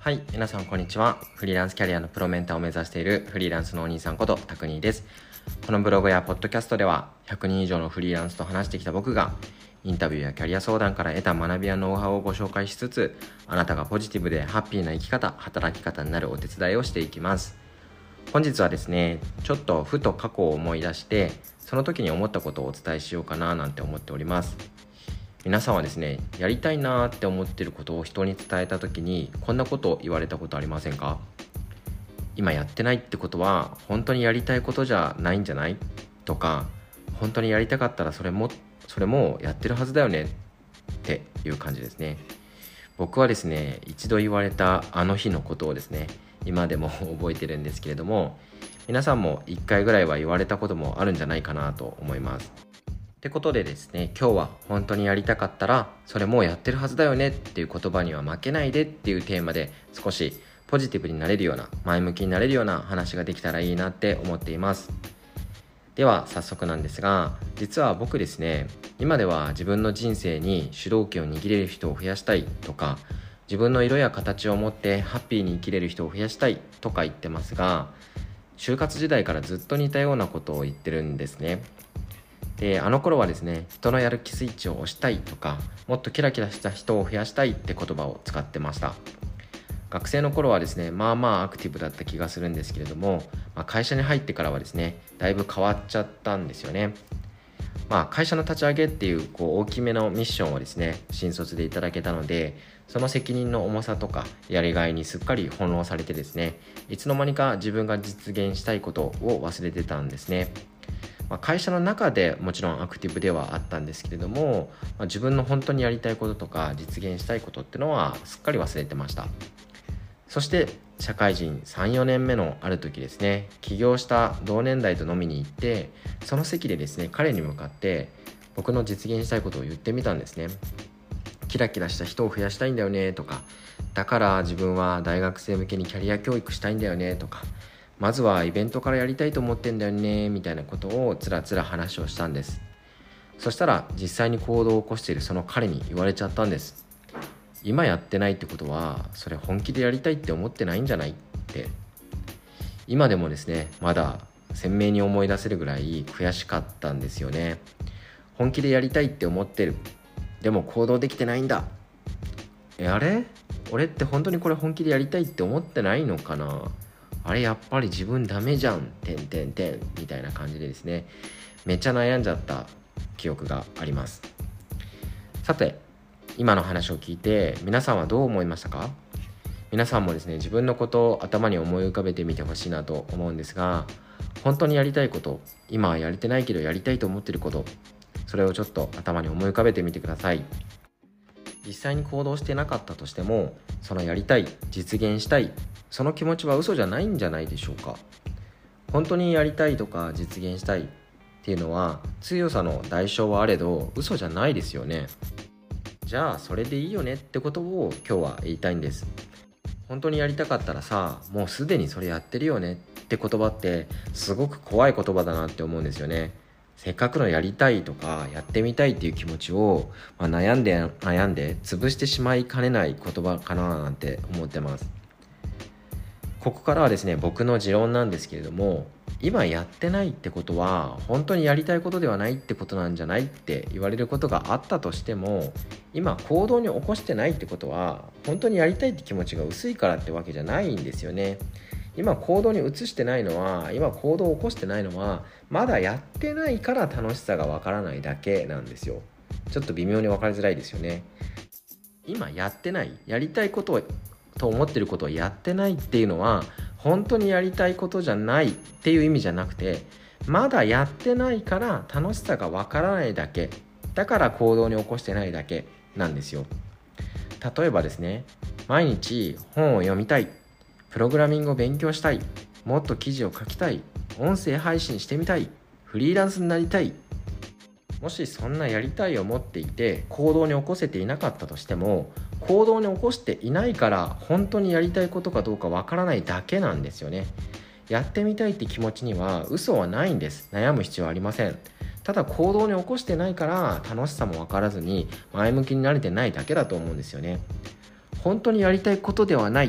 はい、皆さんこんにちは。フリーランスキャリアのプロメンターを目指しているフリーランスのお兄さんことたくにです。このブログやポッドキャストでは100人以上のフリーランスと話してきた僕がインタビューやキャリア相談から得た学びやノウハウをご紹介しつつ、あなたがポジティブでハッピーな生き方、働き方になるお手伝いをしていきます。本日はですね、ちょっとふと過去を思い出してその時に思ったことをお伝えしようかななんて思っております。皆さんはですね、やりたいなって思っていることを人に伝えた時にこんなことを言われたことありませんか？今やってないってことは本当にやりたいことじゃないんじゃない？とか、本当にやりたかったらそれもやってるはずだよねっていう感じですね。僕はですね、一度言われたあの日のことをですね、今でも覚えてるんですけれども、皆さんも一回ぐらいは言われたこともあるんじゃないかなと思います。ってことでですね、今日は本当にやりたかったらそれもうやってるはずだよねっていう言葉には負けないでっていうテーマで、少しポジティブになれるような、前向きになれるような話ができたらいいなって思っています。では早速なんですが、実は僕ですね、今では自分の人生に主導権を握れる人を増やしたいとか、自分の色や形を持ってハッピーに生きれる人を増やしたいとか言ってますが、就活時代からずっと似たようなことを言ってるんですね。で、あの頃はですね、人のやる気スイッチを押したいとか、もっとキラキラした人を増やしたいって言葉を使ってました。学生の頃はですね、まあまあアクティブだった気がするんですけれども、会社に入ってからはですね、だいぶ変わっちゃったんですよね。会社の立ち上げっていう大きめのミッションをですね、新卒でいただけたので、その責任の重さとかやりがいにすっかり翻弄されてですね、いつの間にか自分が実現したいことを忘れてたんですね。会社の中でもちろんアクティブではあったんですけれども、自分の本当にやりたいこととか実現したいことっていうのはすっかり忘れてました。そして社会人 3,4 年目のある時ですね、起業した同年代と飲みに行って、その席でですね、彼に向かって僕の実現したいことを言ってみたんですね。キラキラした人を増やしたいんだよねとか、だから自分は大学生向けにキャリア教育したいんだよねとか、まずはイベントからやりたいと思ってんだよねみたいなことをつらつら話をしたんです。そしたら実際に行動を起こしているその彼に言われちゃったんです。今やってないってことはそれ本気でやりたいって思ってないんじゃないって。今でもですね、まだ鮮明に思い出せるぐらい悔しかったんですよね。本気でやりたいって思ってる、でも行動できてないんだ。あれ、俺って本当にこれ本気でやりたいって思ってないのかな、あれやっぱり自分ダメじゃんみたいな感じでですね、めっちゃ悩んじゃった記憶があります。さて、今の話を聞いて皆さんはどう思いましたか？皆さんもですね、自分のことを頭に思い浮かべてみてほしいなと思うんですが、本当にやりたいこと、今はやれてないけどやりたいと思っていること、それをちょっと頭に思い浮かべてみてください。実際に行動してなかったとしても、そのやりたい、実現したい、その気持ちは嘘じゃないんじゃないでしょうか。本当にやりたいとか実現したいっていうのは強さの代償はあれど嘘じゃないですよね。じゃあそれでいいよねってことを今日は言いたいんです。本当にやりたかったらさ、もうすでにそれやってるよねって言葉ってすごく怖い言葉だなって思うんですよね。せっかくのやりたいとかやってみたいっていう気持ちを、悩んで潰してしまいかねない言葉かななんて思ってます。ここからはですね、僕の持論なんですけれども、今やってないってことは本当にやりたいことではないってことなんじゃないって言われることがあったとしても、今行動に起こしてないってことは本当にやりたいって気持ちが薄いからってわけじゃないんですよね。今行動に移してないのは、今行動を起こしてないのはまだやってないから楽しさがわからないだけなんですよ。ちょっと微妙に分かりづらいですよね。今やってない、やりたいことをと思ってることをやってないっていうのは本当にやりたいことじゃないっていう意味じゃなくて、まだやってないから楽しさがわからないだけ、だから行動に起こしてないだけなんですよ。例えばですね、毎日本を読みたい、プログラミングを勉強したい、もっと記事を書きたい、音声配信してみたい、フリーランスになりたい、もしそんなやりたいを持っていて行動に起こせていなかったとしても、行動に起こしていないから本当にやりたいことかどうかわからないだけなんですよね。やってみたいって気持ちには嘘はないんです。悩む必要はありません。ただ行動に起こしてないから楽しさも分からずに前向きになれてないだけだと思うんですよね。本当にやりたいことではない、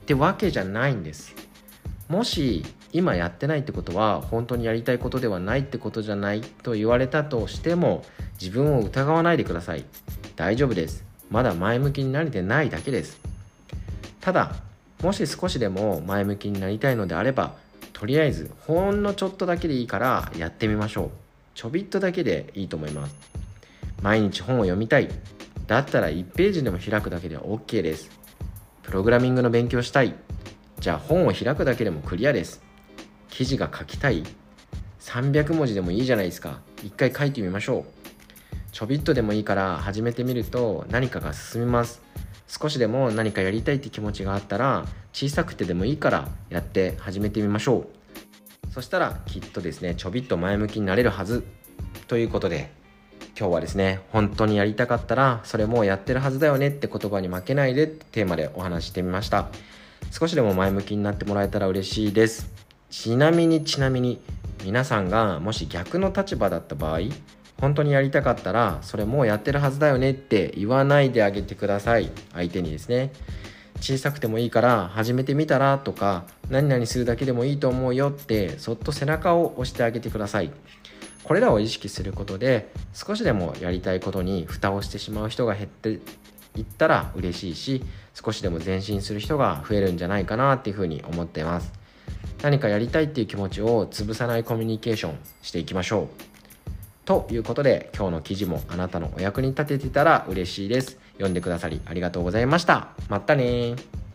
ってわけじゃないんです。もし今やってないってことは本当にやりたいことではないってことじゃないと言われたとしても、自分を疑わないでください。大丈夫です。まだ前向きになれてないだけです。ただもし少しでも前向きになりたいのであれば、とりあえずほんのちょっとだけでいいからやってみましょう。ちょびっとだけでいいと思います。毎日本を読みたい。だったら1ページでも開くだけで OK です。プログラミングの勉強したい。じゃあ本を開くだけでもクリアです。記事が書きたい。300文字でもいいじゃないですか。一回書いてみましょう。ちょびっとでもいいから始めてみると何かが進みます。少しでも何かやりたいって気持ちがあったら、小さくてでもいいからやって始めてみましょう。そしたらきっとですね、ちょびっと前向きになれるはずということで、今日はですね、本当にやりたかったらそれもやってるはずだよねって言葉に負けないでってテーマでお話してみました。少しでも前向きになってもらえたら嬉しいです。ちなみに皆さんがもし逆の立場だった場合、本当にやりたかったらそれもうやってるはずだよねって言わないであげてください。相手にですね、小さくてもいいから始めてみたらとか、何々するだけでもいいと思うよってそっと背中を押してあげてください。これらを意識することで少しでもやりたいことに蓋をしてしまう人が減っていったら嬉しいし、少しでも前進する人が増えるんじゃないかなっていうふうに思っています。何かやりたいっていう気持ちを潰さないコミュニケーションしていきましょう。ということで、今日の記事もあなたのお役に立ててたら嬉しいです。読んでくださりありがとうございました。またね。